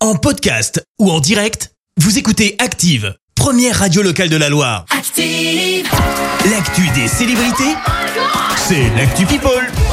En podcast ou en direct, vous écoutez Active, première radio locale de la Loire. Active. L'actu des célébrités, c'est l'actu People.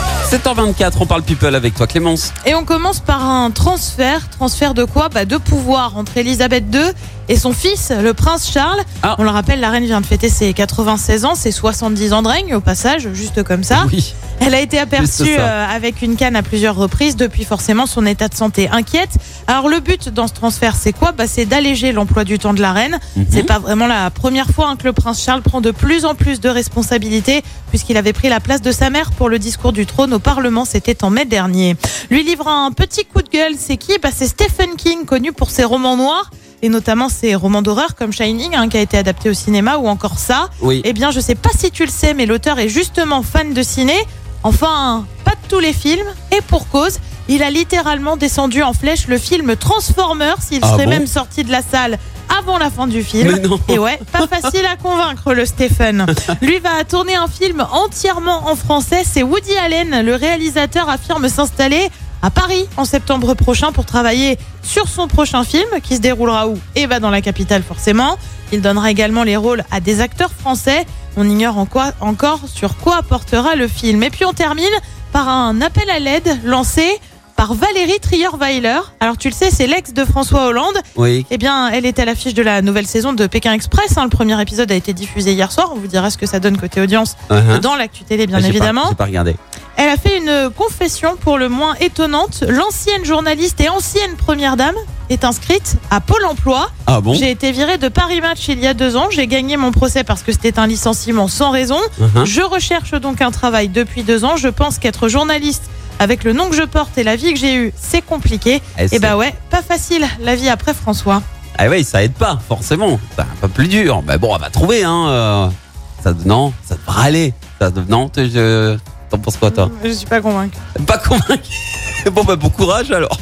7h24, on parle people avec toi Clémence. Et on commence par un transfert. Transfert de quoi ? De pouvoir entre Elisabeth II et son fils, le prince Charles. Ah. On le rappelle, la reine vient de fêter ses 96 ans, ses 70 ans de règne au passage, juste comme ça. Oui. Elle a été aperçue Juste ça. avec une canne à plusieurs reprises. Depuis, forcément, son état de santé inquiète. Alors, le but dans ce transfert, c'est quoi ? C'est d'alléger l'emploi du temps de la reine. C'est pas vraiment la première fois que le prince Charles prend de plus en plus de responsabilités, puisqu'il avait pris la place de sa mère pour le discours du trône au Parlement. C'était en mai dernier. Lui livre un petit coup de gueule. C'est qui ? C'est Stephen King, connu pour ses romans noirs, et notamment ses romans d'horreur comme Shining, qui a été adapté au cinéma, ou encore ça. Oui. Eh bien, je sais pas si tu le sais, mais l'auteur est justement fan de ciné. Enfin, pas de tous les films, et pour cause, il a littéralement descendu en flèche le film Transformers. Il serait même sorti de la salle avant la fin du film. Mais non. Et ouais, pas facile à convaincre le Stephen. Lui va tourner un film entièrement en français. C'est Woody Allen, le réalisateur, affirme s'installer à Paris en septembre prochain pour travailler sur son prochain film qui se déroulera où ? Dans la capitale forcément. Il donnera également les rôles à des acteurs français. On ignore encore sur quoi portera le film. Et puis on termine par un appel à l'aide lancé par Valérie Trierweiler. Alors tu le sais, c'est l'ex de François Hollande. Oui. Eh bien, elle est à l'affiche de la nouvelle saison de Pékin Express. Le premier épisode a été diffusé hier soir. On vous dira ce que ça donne côté audience dans l'actu télé, bien évidemment. J'ai pas regardé. Elle a fait une confession pour le moins étonnante. L'ancienne journaliste et ancienne première dame est inscrite à Pôle emploi. Ah bon ? J'ai été virée de Paris Match il y a 2 ans. J'ai gagné mon procès parce que c'était un licenciement sans raison. Je recherche donc un travail depuis 2 ans. Je pense qu'être journaliste avec le nom que je porte et la vie que j'ai eue, c'est compliqué. Et ouais, pas facile la vie après François. Ah oui, ça aide pas, forcément. C'est un peu plus dur. Mais bon, on va trouver, Ça devrait aller. Non, t'en penses quoi, toi ? Je suis pas convaincue. Pas convaincu. Bon courage alors.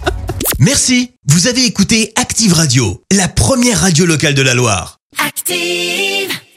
Merci, vous avez écouté Active Radio, la première radio locale de la Loire. Active.